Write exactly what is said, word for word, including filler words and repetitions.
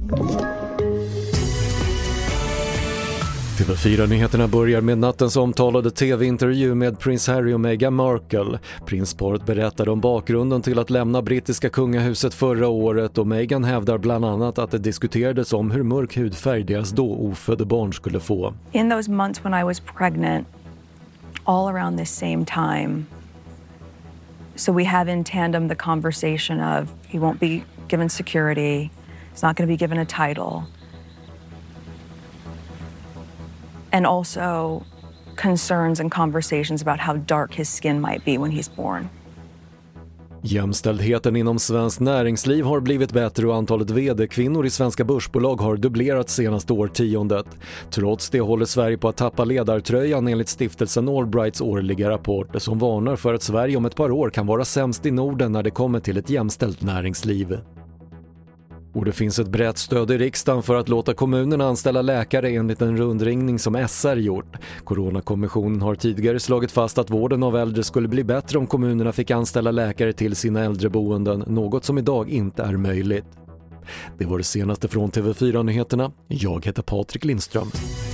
T V fyra-nyheterna börjar med nattens omtalade tv-intervju med prins Harry och Meghan Markle. Prinsparet berättade om bakgrunden till att lämna brittiska kungahuset förra året och Meghan hävdar bland annat att det diskuterades om hur mörk hudfärg deras då ofödda barn skulle få. In those months when I was pregnant, all around this same time, so we have in tandem the conversation of he won't be given security, he's not going to be given a title. And also concerns and conversations about how dark his skin might be when he's born. Jämställdheten inom svensk näringsliv har blivit bättre och antalet vd-kvinnor i svenska börsbolag har dubblerats senaste årtiondet. Trots det håller Sverige på att tappa ledartröjan enligt stiftelsen Allbrights årliga rapport som varnar för att Sverige om ett par år kan vara sämst i Norden när det kommer till ett jämställt näringsliv. Och det finns ett brett stöd i riksdagen för att låta kommunerna anställa läkare enligt en rundringning som S R gjort. Coronakommissionen har tidigare slagit fast att vården av äldre skulle bli bättre om kommunerna fick anställa läkare till sina äldreboenden, något som idag inte är möjligt. Det var det senaste från T V fyra-nyheterna. Jag heter Patrik Lindström.